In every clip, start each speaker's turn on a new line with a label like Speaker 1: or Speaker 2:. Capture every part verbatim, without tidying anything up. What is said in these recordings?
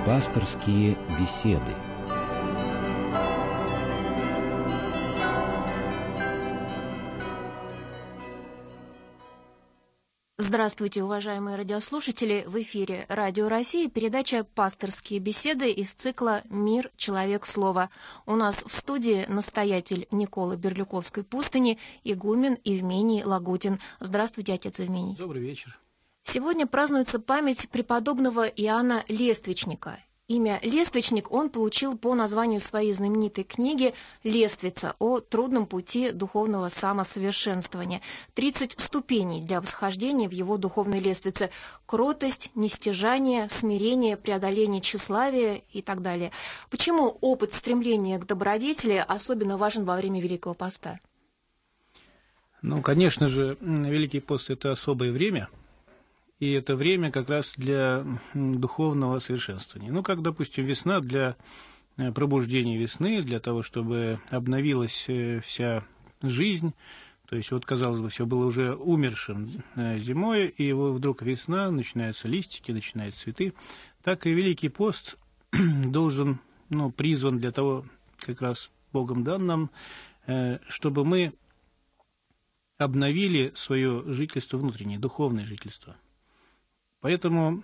Speaker 1: Пасторские беседы.
Speaker 2: Здравствуйте, уважаемые радиослушатели! В эфире Радио России передача «Пасторские беседы» из цикла «Мир, человек, слово». У нас в студии настоятель Николы Берлюковской пустыни, игумен Евмений Лагутин. Здравствуйте, отец Евмений.
Speaker 3: Добрый вечер.
Speaker 2: Сегодня празднуется память преподобного Иоанна Лествичника. Имя Лествичник он получил по названию своей знаменитой книги «Лествица» о трудном пути духовного самосовершенствования. тридцать ступеней для восхождения в его духовной лествице. Кротость, нестяжание, смирение, преодоление тщеславия и так далее. Почему опыт стремления к добродетели особенно важен во время Великого Поста?
Speaker 3: Ну, конечно же, Великий пост – это особое время. И это время как раз для духовного совершенствования. Ну, как, допустим, весна для пробуждения весны, для того, чтобы обновилась вся жизнь. То есть, вот, казалось бы, все было уже умершим зимой, и вдруг весна, начинаются листики, начинаются цветы. Так и Великий пост должен, ну, призван для того, как раз Богом дан нам, чтобы мы обновили свое жительство внутреннее, духовное жительство. Поэтому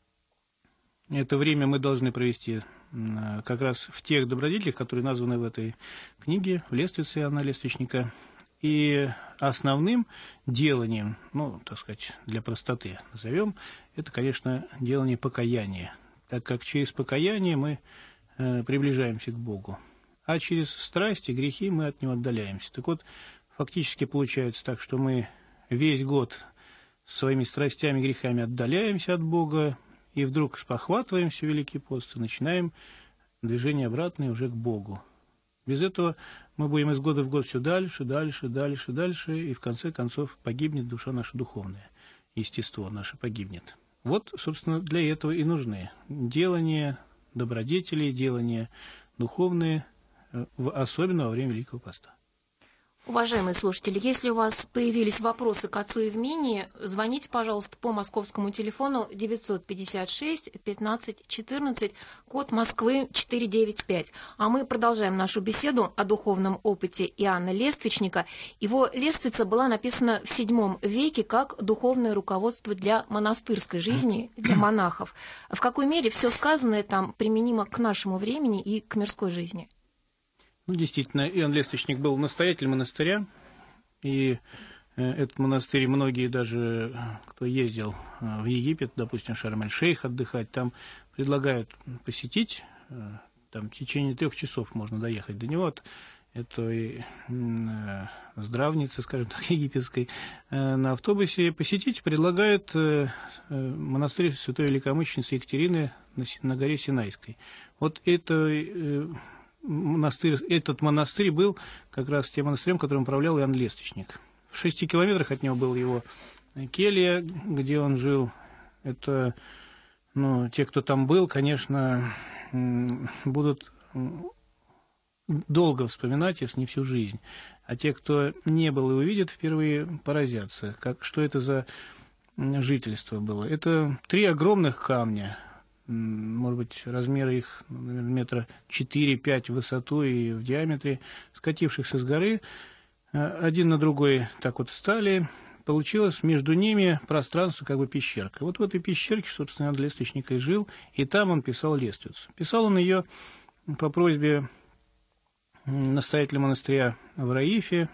Speaker 3: это время мы должны провести как раз в тех добродетелях, которые названы в этой книге, в Лествице Иоанна Лествичника. И основным деланием, ну, так сказать, для простоты назовем, это, конечно, делание покаяния, так как через покаяние мы приближаемся к Богу, а через страсти, грехи мы от Него отдаляемся. Так вот, фактически получается так, что мы весь год своими страстями, грехами отдаляемся от Бога, и вдруг спохватываемся в Великий пост и начинаем движение обратное уже к Богу. Без этого мы будем из года в год все дальше, дальше, дальше, дальше, и в конце концов погибнет душа наша духовная, естество наше погибнет. Вот, собственно, для этого и нужны делания добродетелей, делания духовные, особенно во время Великого поста.
Speaker 2: Уважаемые слушатели, если у вас появились вопросы к отцу Евмении, звоните, пожалуйста, по московскому телефону девятьсот пятьдесят шесть пятнадцать четырнадцать, код Москвы четыреста девяносто пять. А мы продолжаем нашу беседу о духовном опыте Иоанна Лествичника. Его «Лествица» была написана в седьмом веке как духовное руководство для монастырской жизни, для монахов. В какой мере все сказанное там применимо к нашему времени и к мирской жизни?
Speaker 3: Ну, действительно, Иоанн Лествичник был настоятелем монастыря, и этот монастырь, многие даже, кто ездил в Египет, допустим, в Шарм-эль-Шейх отдыхать, там предлагают посетить, там в течение трех часов можно доехать до него, от этой здравницы, скажем так, египетской, на автобусе посетить, предлагают монастырь святой великомученицы Екатерины на горе Синайской. Вот это... Монастырь, этот монастырь был как раз тем монастырем, которым управлял Иоанн Лествичник. В шести километрах от него был его келья, где он жил. Это, ну, те, кто там был, конечно, будут долго вспоминать, если не всю жизнь. А те, кто не был и увидит, впервые поразятся, как, что это за жительство было. Это три огромных камня. Может быть, размеры их, наверное, метра четыре-пять в высоту и в диаметре, скатившихся с горы, один на другой так вот встали, получилось между ними пространство, как бы пещерка. Вот в этой пещерке, собственно, Иоанн Лествичник и жил, и там он писал Лествицу. Писал он ее по просьбе настоятеля монастыря в Раифе,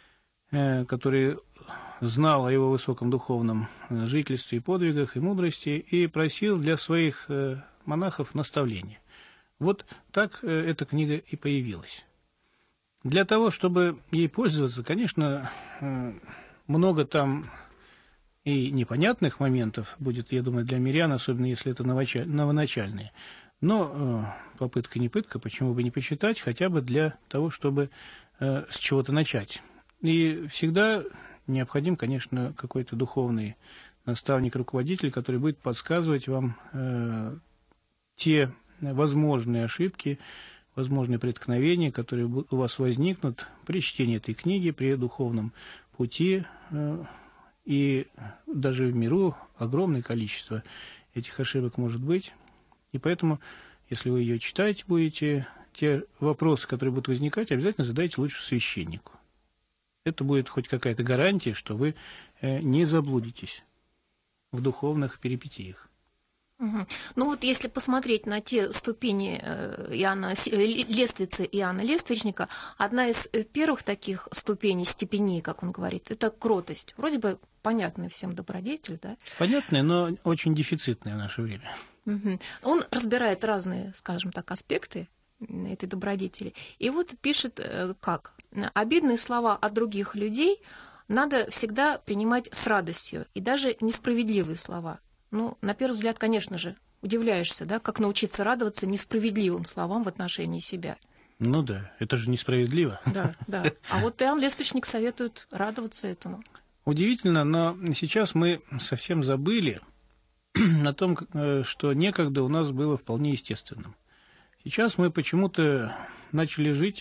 Speaker 3: который знал о его высоком духовном жительстве и подвигах, и мудрости, и просил для своих монахов наставления. Вот так эта книга и появилась. Для того, чтобы ей пользоваться, конечно, много там и непонятных моментов будет, я думаю, для мирян, особенно если это новоначальные. Но попытка не пытка, почему бы не почитать, хотя бы для того, чтобы с чего-то начать. И всегда необходим, конечно, какой-то духовный наставник, руководитель, который будет подсказывать вам э, те возможные ошибки, возможные преткновения, которые у вас возникнут при чтении этой книги, при духовном пути. Э, и даже в миру огромное количество этих ошибок может быть. И поэтому, если вы ее читать будете, те вопросы, которые будут возникать, обязательно задайте лучше священнику. Это будет хоть какая-то гарантия, что вы не заблудитесь в духовных перипетиях.
Speaker 2: Угу. Ну вот если посмотреть на те ступени Иоанна, лествицы Иоанна Лествичника, одна из первых таких ступеней, степеней, как он говорит, это кротость. Вроде бы понятный всем добродетель, да?
Speaker 3: Понятная, но очень дефицитная в наше время.
Speaker 2: Угу. Он разбирает разные, скажем так, аспекты этой добродетели. И вот пишет как. Обидные слова от других людей надо всегда принимать с радостью, и даже несправедливые слова. Ну, на первый взгляд, конечно же, удивляешься, да, как научиться радоваться несправедливым словам в отношении себя.
Speaker 3: Ну да, это же несправедливо.
Speaker 2: Да, да. А вот Иоанн Лествичник советует радоваться этому.
Speaker 3: Удивительно, но сейчас мы совсем забыли о том, что некогда у нас было вполне естественным. Сейчас мы почему-то начали жить,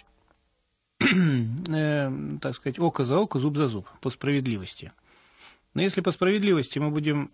Speaker 3: э, так сказать, око за око, зуб за зуб, по справедливости. Но если по справедливости мы будем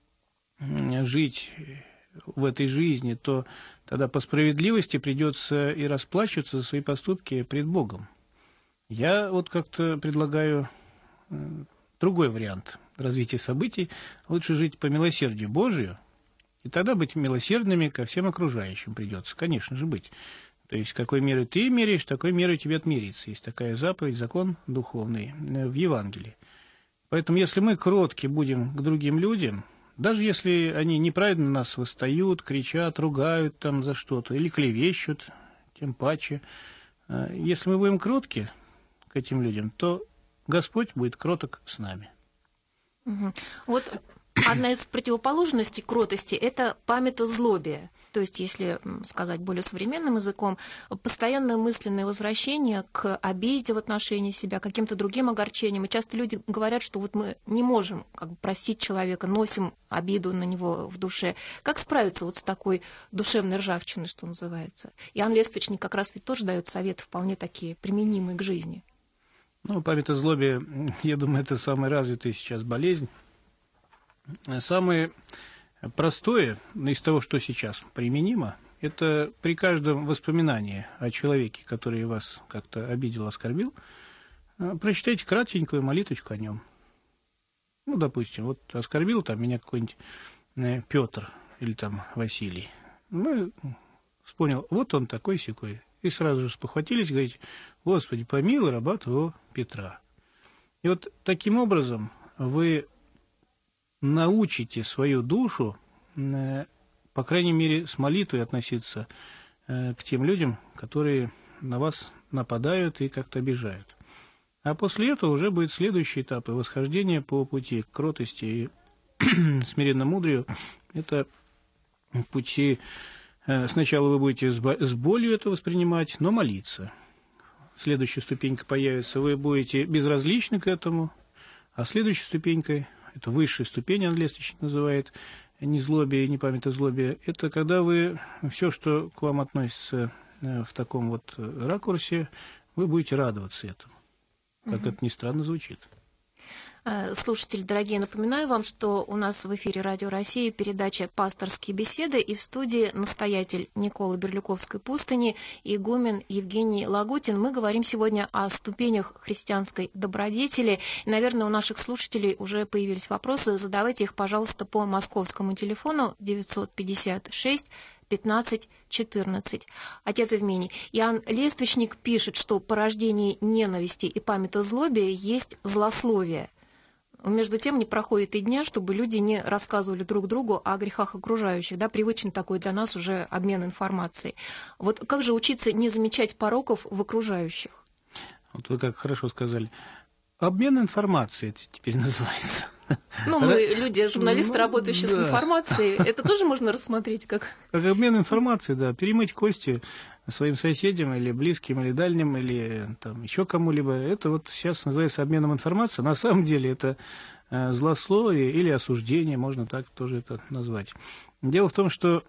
Speaker 3: жить в этой жизни, то тогда по справедливости придется и расплачиваться за свои поступки пред Богом. Я вот как-то предлагаю другой вариант развития событий. Лучше жить по милосердию Божию, и тогда быть милосердными ко всем окружающим придется, конечно же, быть. То есть, какой мерой ты меряешь, такой мерой тебе отмерится. Есть такая заповедь, закон духовный в Евангелии. Поэтому, если мы кротки будем к другим людям, даже если они неправильно нас восстают, кричат, ругают там за что-то, или клевещут, тем паче, если мы будем кротки к этим людям, то Господь будет кроток с нами.
Speaker 2: Угу. Вот одна из противоположностей кротости – это памятозлобие. То есть, если сказать более современным языком, постоянное мысленное возвращение к обиде в отношении себя, к каким-то другим огорчениям. И часто люди говорят, что вот мы не можем как бы простить человека, носим обиду на него в душе. Как справиться вот с такой душевной ржавчиной, что называется? Иоанн Лествичник как раз ведь тоже дает советы вполне такие применимые к жизни.
Speaker 3: Ну, памятозлобие, я думаю, это самая развитая сейчас болезнь. Самое простое из того, что сейчас применимо, это при каждом воспоминании о человеке, который вас как-то обидел, оскорбил, прочитайте кратенькую молитвочку о нем. Ну, допустим, вот оскорбил там меня какой-нибудь Петр или там Василий. Ну, вспомнил, вот он такой-сякой. И сразу же спохватились, говорите: Господи, помилуй раба твоего Петра. И вот таким образом вы научите свою душу, по крайней мере, с молитвой относиться к тем людям, которые на вас нападают и как-то обижают. А после этого уже будет следующий этап и восхождение по пути к кротости и смиренно-мудрию. Это пути... Сначала вы будете с болью это воспринимать, но молиться. Следующая ступенька появится, вы будете безразличны к этому, а следующей ступенькой, это высшая ступень, Иоанн Лествичник называет, незлобие и непамятозлобие, это когда вы все, что к вам относится в таком вот ракурсе, вы будете радоваться этому. Как угу. это ни странно звучит.
Speaker 2: Слушатели, дорогие, напоминаю вам, что у нас в эфире Радио России передача «Пасторские беседы», и в студии настоятель Николы Берлюковской пустыни, игумен Евгений Лагутин. Мы говорим сегодня о ступенях христианской добродетели. И, наверное, у наших слушателей уже появились вопросы. Задавайте их, пожалуйста, по московскому телефону девятьсот пятьдесят шесть пятнадцать четырнадцать. Отец Евмений, Иоанн Лествичник пишет, что порождение ненависти и памятозлобия есть злословие. Между тем, не проходит и дня, чтобы люди не рассказывали друг другу о грехах окружающих. Да, привычен такой для нас уже обмен информацией. Вот как же учиться не замечать пороков в окружающих?
Speaker 3: Вот вы как хорошо сказали. Обмен информацией это теперь называется.
Speaker 2: Ну, мы люди, журналисты, ну, работающие да. с информацией, это тоже можно рассмотреть как...
Speaker 3: Как обмен информацией, да. Перемыть кости своим соседям или близким, или дальним, или там еще кому-либо. Это вот сейчас называется обменом информацией. На самом деле это злословие или осуждение, можно так тоже это назвать. Дело в том, что,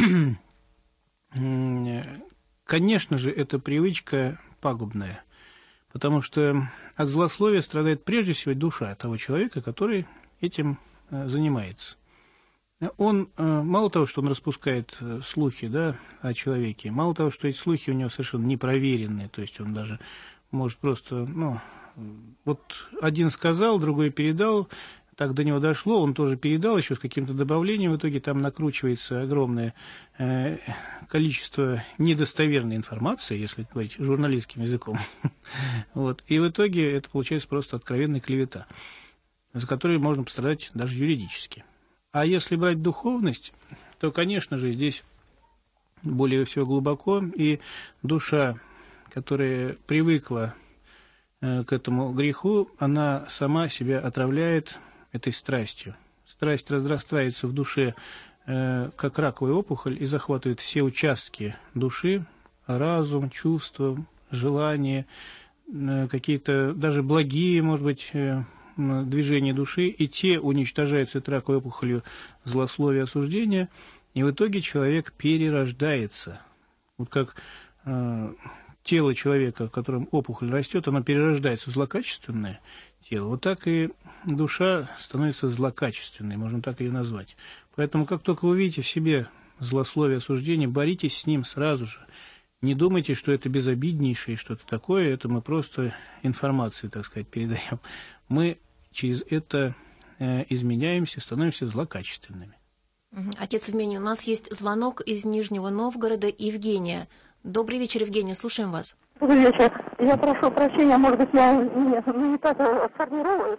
Speaker 3: конечно же, эта привычка пагубная. Потому что от злословия страдает прежде всего душа того человека, который этим занимается. Он, мало того, что он распускает слухи, да, о человеке, мало того, что эти слухи у него совершенно непроверенные, то есть он даже может просто, ну, вот один сказал, другой передал, так до него дошло, он тоже передал еще с каким-то добавлением, в итоге там накручивается огромное э, количество недостоверной информации, если говорить журналистским языком. Вот. И в итоге это получается просто откровенная клевета, за которую можно пострадать даже юридически. А если брать духовность, то, конечно же, здесь более всего глубоко, и душа, которая привыкла э, к этому греху, она сама себя отравляет этой страстью. Страсть разрастается в душе э, как раковая опухоль и захватывает все участки души, разум, чувства, желания, э, какие-то даже благие, может быть, э, движения души, и те уничтожаются этой раковой опухолью злословия, осуждения, и в итоге человек перерождается. Вот как э, тело человека, в котором опухоль растет, оно перерождается в злокачественное тело, вот так и душа становится злокачественной, можно так ее назвать. Поэтому, как только вы увидите в себе злословие, осуждение, боритесь с ним сразу же. Не думайте, что это безобиднейшее что-то такое, это мы просто информацию, так сказать, передаем. Мы через это э, изменяемся, становимся злокачественными.
Speaker 2: Отец Евгений, у нас есть звонок из Нижнего Новгорода. Евгения. Добрый вечер, Евгения, слушаем вас.
Speaker 4: Добрый вечер. Я прошу прощения, может быть, я не, не так сформирую,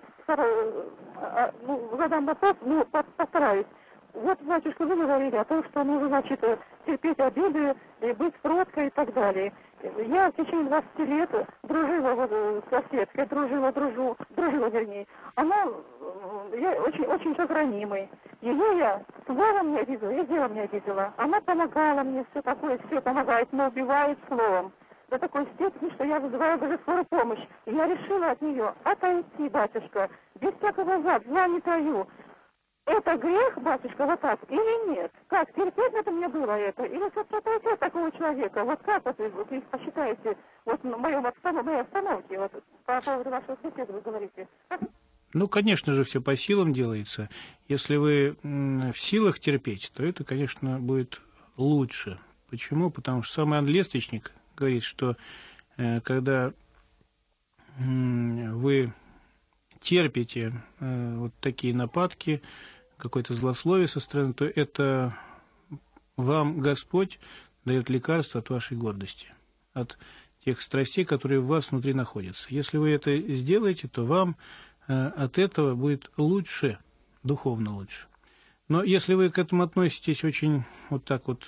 Speaker 4: ну, задам вопрос, ну, постараюсь. Вот, батюшка, вы говорили о том, что нужно, значит, терпеть обиды, и быть кроткой и так далее. Я в течение двадцати лет дружила вот, с соседкой, дружила, дружу, дружила, вернее. Она я, очень, очень как ранимой. Ее я словом не обидела, и делом не обидела. Она помогала мне, все такое, все помогает, но убивает словом. До такой степени, что я вызываю даже скорую помощь. И я решила от нее отойти, батюшка, без всякого зла, зла не таю. Это грех, батюшка, вот так, или нет? Как, терпеть это мне было это? Или все-таки отойти от такого человека? Вот как вот вы, вы посчитаете, вот в моем обстанов... моей остановке, вот по поводу вашего беседы вы говорите?
Speaker 3: Ну, конечно же, все по силам делается. Если вы в силах терпеть, то это, конечно, будет лучше. Почему? Потому что сам Иоанн Лесточник говорит, что э, когда э, вы терпите э, вот такие нападки, какое-то злословие со стороны, то это вам Господь дает лекарство от вашей гордости, от тех страстей, которые в вас внутри находятся. Если вы это сделаете, то вам э, от этого будет лучше, духовно лучше. Но если вы к этому относитесь очень вот так вот,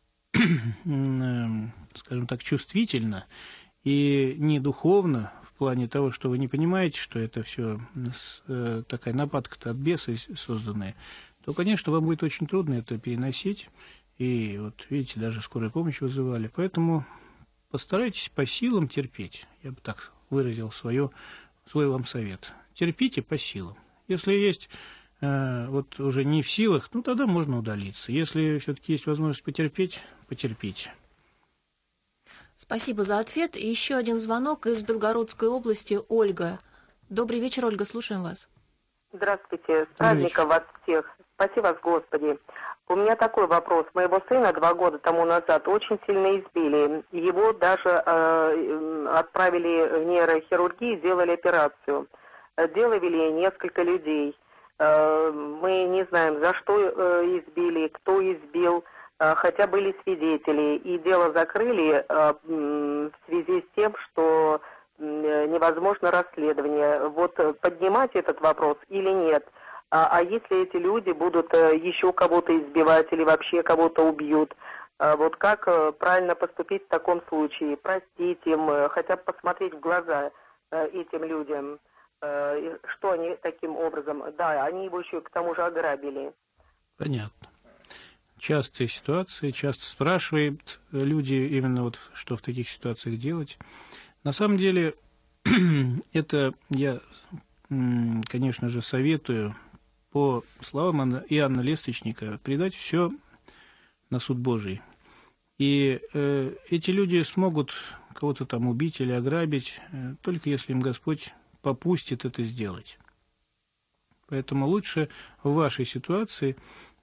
Speaker 3: скажем так, чувствительно и не духовно, в плане того, что вы не понимаете, что это все такая нападка-то от беса созданная, то, конечно, вам будет очень трудно это переносить. И вот, видите, даже скорую помощь вызывали. Поэтому постарайтесь по силам терпеть. Я бы так выразил свое, свой вам совет. Терпите по силам. Если есть э, вот уже не в силах, ну, тогда можно удалиться. Если все-таки есть возможность потерпеть, потерпите.
Speaker 2: Спасибо за ответ. И еще один звонок из Белгородской области. Ольга. Добрый вечер, Ольга, слушаем вас.
Speaker 5: Здравствуйте, с праздником вас всех. Спаси вас, Господи. У меня такой вопрос. Моего сына два года тому назад очень сильно избили. Его даже э, отправили в нейрохирургию, делали операцию. Дело вели несколько людей. Э, мы не знаем, за что э, избили, кто избил. Хотя были свидетели, и дело закрыли э, в связи с тем, что э, невозможно расследование. Вот поднимать этот вопрос или нет? А, а если эти люди будут э, еще кого-то избивать или вообще кого-то убьют, э, вот как э, правильно поступить в таком случае? Простить им, э, хотя бы посмотреть в глаза э, этим людям, э, что они таким образом... Да, они его еще к тому же ограбили.
Speaker 3: Понятно. Частые ситуации, часто спрашивают люди именно вот, что в таких ситуациях делать. На самом деле, это я, конечно же, советую по словам Иоанна Лесточника предать все на суд Божий. И э, эти люди смогут кого-то там убить или ограбить, э, только если им Господь попустит это сделать. Поэтому лучше в вашей ситуации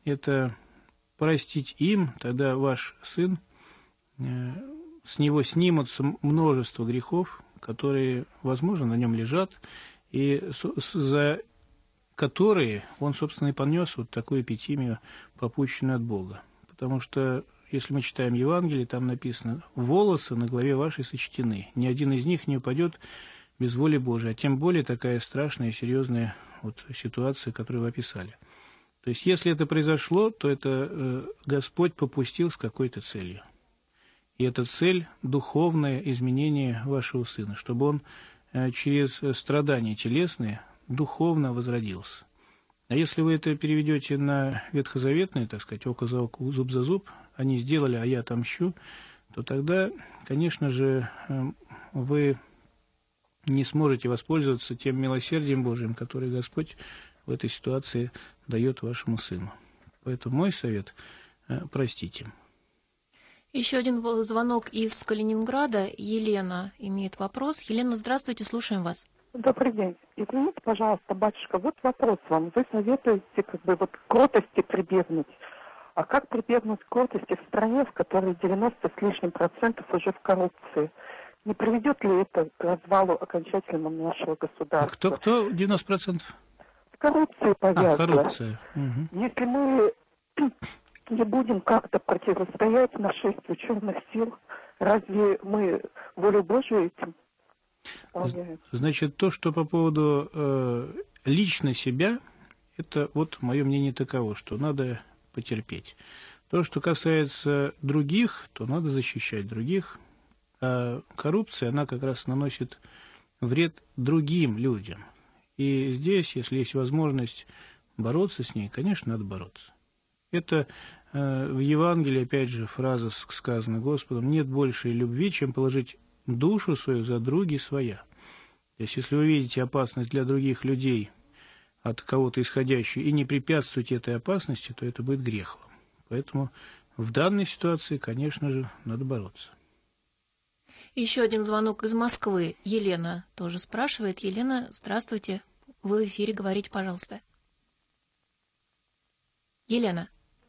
Speaker 3: это простить им, тогда ваш сын, с него снимутся множество грехов, которые, возможно, на нем лежат, и за которые он, собственно, и понес вот такую эпитимию, попущенную от Бога. Потому что, если мы читаем Евангелие, там написано: «Волосы на голове вашей сочтены, ни один из них не упадет без воли Божией», а тем более такая страшная и серьезная вот ситуация, которую вы описали. То есть, если это произошло, то это э, Господь попустил с какой-то целью. И эта цель – духовное изменение вашего сына, чтобы он э, через страдания телесные духовно возродился. А если вы это переведете на ветхозаветное, так сказать, око за око, зуб за зуб, они сделали, а я отомщу, то тогда, конечно же, э, вы не сможете воспользоваться тем милосердием Божиим, которое Господь в этой ситуации дает вашему сыну. Поэтому мой совет – простите.
Speaker 2: Еще один звонок из Калининграда. Елена имеет вопрос. Елена, здравствуйте, слушаем вас.
Speaker 4: Добрый день. Извините, пожалуйста, батюшка, вот вопрос вам. Вы советуете как бы вот к кротости прибегнуть. А как прибегнуть к кротости в стране, в которой девяносто с лишним процентов уже в коррупции? Не приведет ли это к развалу окончательному нашего государства?
Speaker 3: А кто, кто девяносто процентов?
Speaker 4: Коррупция повязана.
Speaker 3: А, коррупция. Угу.
Speaker 4: Если мы не будем как-то противостоять нашествию черных сил, разве мы волю Божию этим исполняем?
Speaker 3: Значит, то, что по поводу э, лично себя, это вот мое мнение таково, что надо потерпеть. То, что касается других, то надо защищать других. А коррупция, она как раз наносит вред другим людям. И здесь, если есть возможность бороться с ней, конечно, надо бороться. Это э, в Евангелии, опять же, фраза сказана Господом: «Нет большей любви, чем положить душу свою за други своя». То есть, если вы видите опасность для других людей от кого-то исходящую и не препятствуете этой опасности, то это будет грех вам. Поэтому в данной ситуации, конечно же, надо бороться.
Speaker 2: Еще один звонок из Москвы. Елена тоже спрашивает. Елена, здравствуйте. Вы в эфире, говорите, пожалуйста. Елена.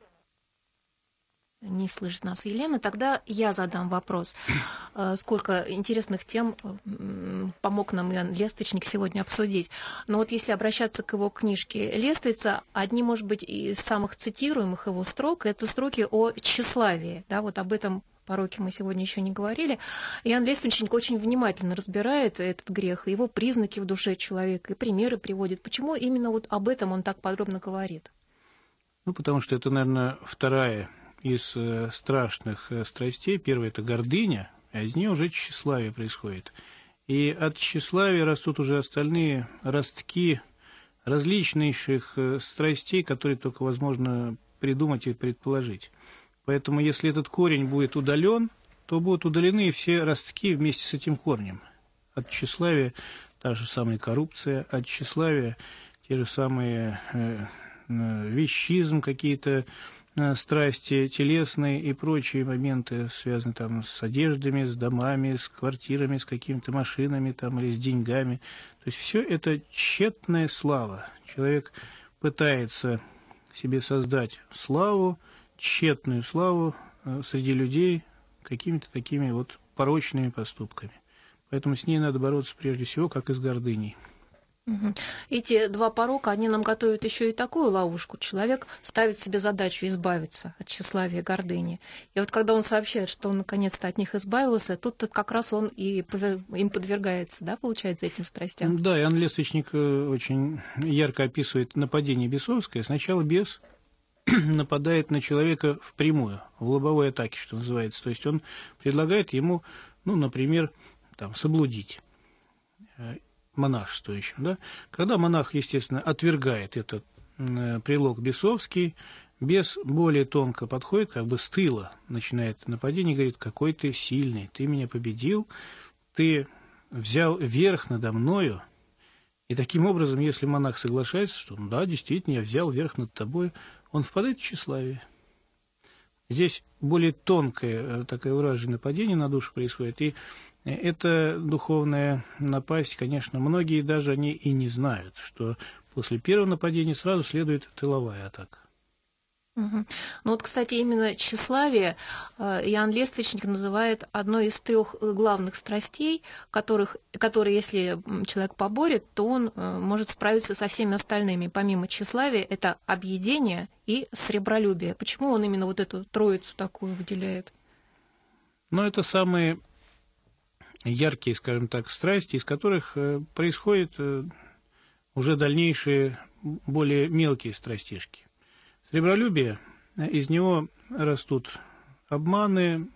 Speaker 2: Не слышит нас Елена. Тогда я задам вопрос. Сколько интересных тем помог нам Иоанн Лествичник сегодня обсудить. Но вот если обращаться к его книжке Лествица, одни, может быть, из самых цитируемых его строк — это строки о тщеславии. Да, вот об этом пороке мы сегодня еще не говорили. Иоанн Лествичник очень внимательно разбирает этот грех, его признаки в душе человека, и примеры приводит. Почему именно вот об этом он так подробно говорит?
Speaker 3: Ну, потому что это, наверное, вторая из э, страшных э, страстей. Первая – это гордыня, а из нее уже тщеславие происходит. И от тщеславия растут уже остальные ростки различнейших э, страстей, которые только возможно придумать и предположить. Поэтому, если этот корень будет удален, то будут удалены все ростки вместе с этим корнем. От тщеславия та же самая коррупция, от тщеславия те же самые э, э, вещизм, какие-то э, страсти телесные и прочие моменты, связанные там с одеждами, с домами, с квартирами, с какими-то машинами там, или с деньгами. То есть все это тщетная слава. Человек пытается себе создать славу, тщетную славу среди людей какими-то такими вот порочными поступками. Поэтому с ней надо бороться прежде всего, как и с гордыней.
Speaker 2: Угу. Эти два порока, они нам готовят еще и такую ловушку. Человек ставит себе задачу избавиться от тщеславия и гордыни. И вот когда он сообщает, что он наконец-то от них избавился, тут как раз он и им подвергается, да, получается, этим страстям.
Speaker 3: Да, Иоанн Лествичник очень ярко описывает нападение бесовское. Сначала бес нападает на человека впрямую, в лобовой атаке, что называется. То есть он предлагает ему, ну, например, там, соблудить монашествующим. Да? Когда монах, естественно, отвергает этот э, прилог бесовский, бес более тонко подходит, как бы с тыла начинает нападение, и говорит: какой ты сильный, ты меня победил, ты взял верх надо мною. И таким образом, если монах соглашается, что ну, да, действительно, я взял верх над тобой, он впадает в тщеславие. Здесь более тонкое такое вражье нападение на душу происходит. И эта духовная напасть, конечно, многие даже они и не знают, что после первого нападения сразу следует тыловая атака.
Speaker 2: Угу. Ну вот, кстати, именно тщеславие Иоанн Лествичник называет одной из трех главных страстей, которых, которые, если человек поборет, то он может справиться со всеми остальными. Помимо тщеславия, это объедение и сребролюбие. Почему он именно вот эту троицу такую выделяет?
Speaker 3: Ну, это самые яркие, скажем так, страсти, из которых происходят уже дальнейшие, более мелкие страстишки. Сребролюбие, из него растут обманы,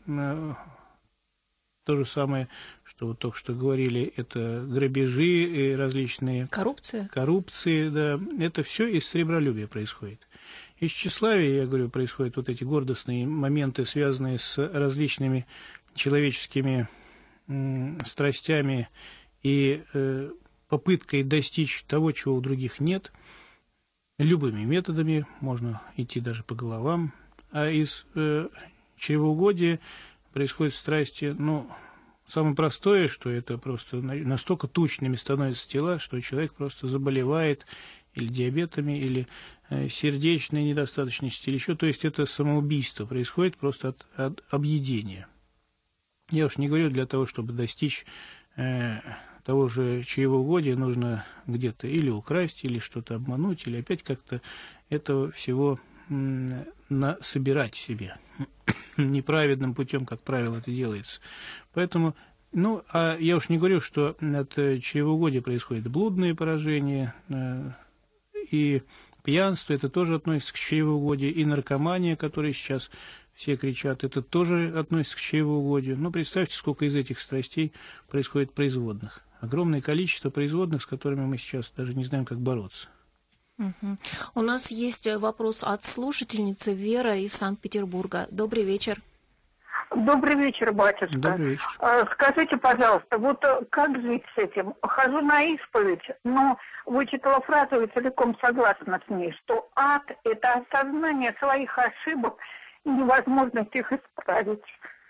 Speaker 3: то же самое, что вот только что говорили, это грабежи и различные...
Speaker 2: Коррупция?
Speaker 3: Коррупции, да. Это все из сребролюбия происходит. Из тщеславия, я говорю, происходят вот эти гордостные моменты, связанные с различными человеческими м, страстями и э, попыткой достичь того, чего у других нет. Любыми методами, можно идти даже по головам. А из э, чревоугодия происходят страсти, ну, самое простое, что это просто настолько тучными становятся тела, что человек просто заболевает или диабетами, или э, сердечной недостаточностью, или еще. То есть это самоубийство происходит просто от, от объедения. Я уж не говорю, для того, чтобы достичь... Э, того же чревоугодия нужно где-то или украсть, или что-то обмануть, или опять как-то этого всего насобирать себе. Неправедным путем, как правило, это делается. Поэтому, ну, а я уж не говорю, что от чревоугодия происходит блудные поражения, и пьянство, это тоже относится к чревоугодию, и наркомания, которая сейчас... Все кричат, это тоже относится к чревоугодию. Но представьте, сколько из этих страстей происходит производных. Огромное количество производных, с которыми мы сейчас даже не знаем, как бороться.
Speaker 2: Угу. У нас есть вопрос от слушательницы Вера из Санкт-Петербурга. Добрый вечер.
Speaker 4: Добрый вечер, батюшка.
Speaker 3: Добрый вечер.
Speaker 4: Скажите, пожалуйста, вот как жить с этим? Хожу на исповедь, но вычитала фразу и целиком согласна с ней, что ад – это осознание своих ошибок и невозможность их исправить.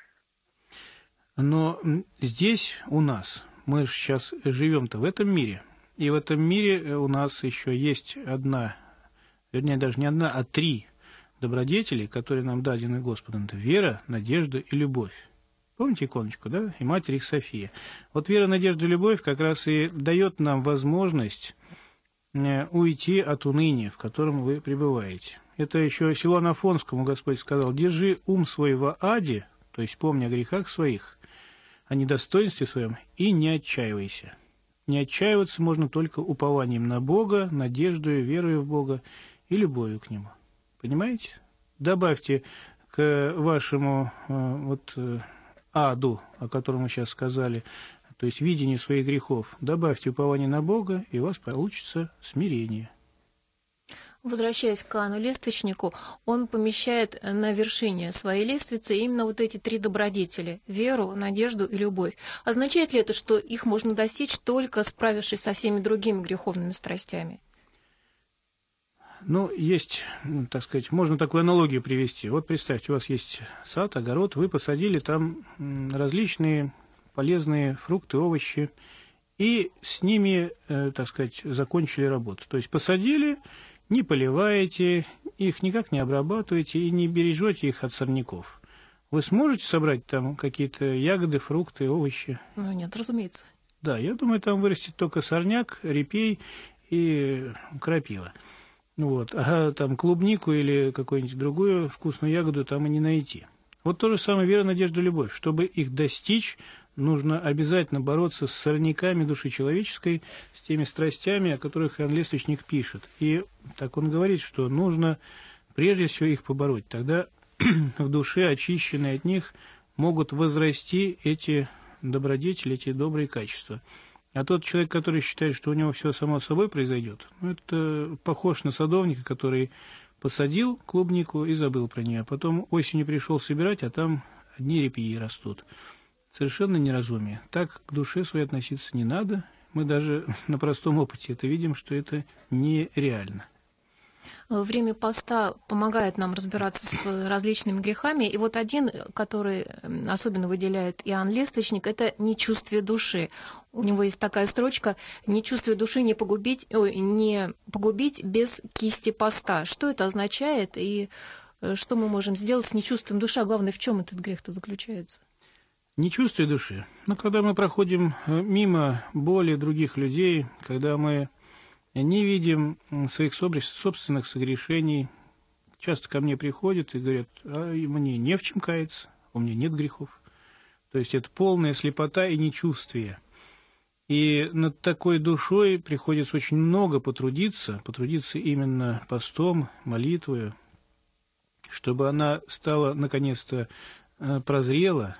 Speaker 3: Но здесь у нас, мы же сейчас живем-то в этом мире, и в этом мире у нас еще есть одна, вернее, даже не одна, а три добродетели, которые нам дадены Господом. Это вера, надежда и любовь. Помните иконочку, да? И Матерь их София. Вот вера, надежда и любовь как раз и дает нам возможность уйти от уныния, в котором вы пребываете. Это еще Силуану Афонскому Господь сказал: «Держи ум свой во аде», то есть помни о грехах своих, о недостоинстве своем, и не отчаивайся. Не отчаиваться можно только упованием на Бога, надеждой, верою в Бога и любовью к Нему. Понимаете? Добавьте к вашему э, вот, э, аду, о котором мы сейчас сказали, то есть видению своих грехов, добавьте упование на Бога, и у вас получится смирение.
Speaker 2: Возвращаясь к Иоанну Лествичнику, он помещает на вершине своей лестницы именно вот эти три добродетели – веру, надежду и любовь. Означает ли это, что их можно достичь, только справившись со всеми другими греховными страстями?
Speaker 3: Ну, есть, так сказать, можно такую аналогию привести. Вот представьте, у вас есть сад, огород, вы посадили там различные полезные фрукты, овощи, и с ними, так сказать, закончили работу. То есть посадили, не поливаете, их никак не обрабатываете и не бережете их от сорняков. Вы сможете собрать там какие-то ягоды, фрукты, овощи?
Speaker 2: Ну, нет, разумеется.
Speaker 3: Да, я думаю, там вырастет только сорняк, репей и крапива. Вот. А там клубнику или какую-нибудь другую вкусную ягоду там и не найти. Вот то же самое вера, надежда, любовь. Чтобы их достичь, нужно обязательно бороться с сорняками души человеческой, с теми страстями, о которых Иоанн Лествичник пишет. И так он говорит, что нужно прежде всего их побороть. Тогда в душе, очищенной от них, могут возрасти эти добродетели, эти добрые качества. А тот человек, который считает, что у него все само собой произойдет, ну, это похож на садовника, который посадил клубнику и забыл про нее. Потом осенью пришел собирать, а там одни репьи растут. Совершенно неразумие. Так к душе своей относиться не надо. Мы даже на простом опыте это видим, что это нереально.
Speaker 2: Время поста помогает нам разбираться с различными грехами. И вот один, который особенно выделяет Иоанн Лествичник, это нечувствие души. У него есть такая строчка: «Не чувствуя души, не погубить, ой, не погубить без кисти поста». Что это означает и что мы можем сделать с нечувствием души? А главное, в чем этот грех-то заключается?
Speaker 3: Не чувствуя души. Ну, когда мы проходим мимо боли других людей, когда мы не видим своих собственных согрешений, часто ко мне приходят и говорят: а мне не в чем каяться, у меня нет грехов. То есть это полная слепота и нечувствие. И над такой душой приходится очень много потрудиться, потрудиться именно постом, молитвой, чтобы она стала, наконец-то, прозрела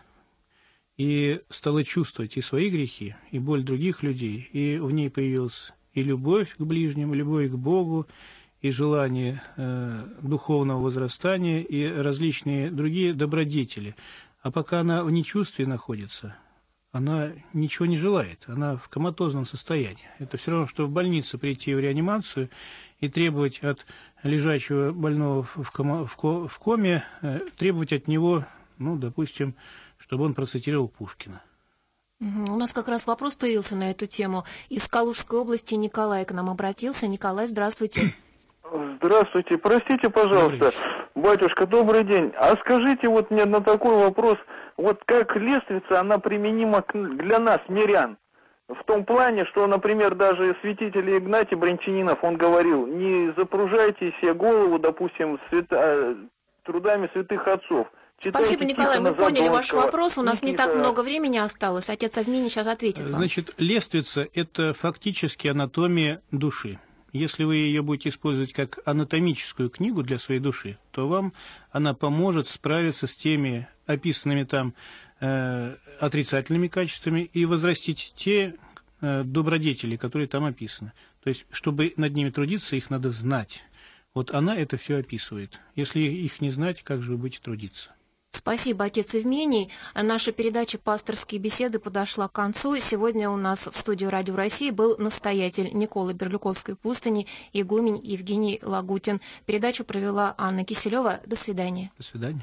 Speaker 3: и стала чувствовать и свои грехи, и боль других людей, и в ней появилась и любовь к ближним, и любовь к Богу, и желание э, духовного возрастания, и различные другие добродетели. А пока она в нечувствии находится, она ничего не желает, она в коматозном состоянии. Это все равно, что в больнице прийти в реанимацию и требовать от лежачего больного в, кома, в коме, э, требовать от него, ну, допустим, чтобы он процитировал Пушкина.
Speaker 2: У нас как раз вопрос появился на эту тему. Из Калужской области Николай к нам обратился. Николай, здравствуйте.
Speaker 6: Здравствуйте. Простите, пожалуйста, батюшка, добрый день. А скажите вот мне на такой вопрос, вот как лестница, она применима для нас, мирян? В том плане, что, например, даже святитель Игнатий Брянчанинов, он говорил: не запружайте себе голову, допустим, свято... трудами святых отцов. Читайте.
Speaker 2: Спасибо, Николай, мы поняли ваш вопрос. У нас
Speaker 6: Никита...
Speaker 2: не так много времени осталось. Отец Авминий сейчас ответит вам.
Speaker 3: Значит, лествица – это фактически анатомия души. Если вы ее будете использовать как анатомическую книгу для своей души, то вам она поможет справиться с теми описанными там э, отрицательными качествами и возрастить те э, добродетели, которые там описаны. То есть, чтобы над ними трудиться, их надо знать. Вот она это все описывает. Если их не знать, как же вы будете трудиться?
Speaker 2: Спасибо, отец Евмений. Наша передача «Пасторские беседы» подошла к концу. Сегодня у нас в студии Радио России был настоятель Николы Берлюковской пустыни, игумен Евгений Лагутин. Передачу провела Анна Киселева. До свидания.
Speaker 3: До свидания.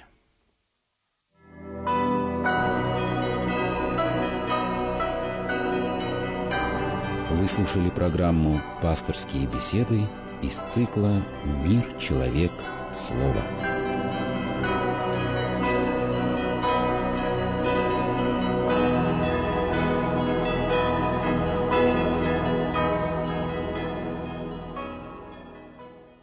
Speaker 1: Вы слушали программу «Пасторские беседы» из цикла «Мир, человек, слово».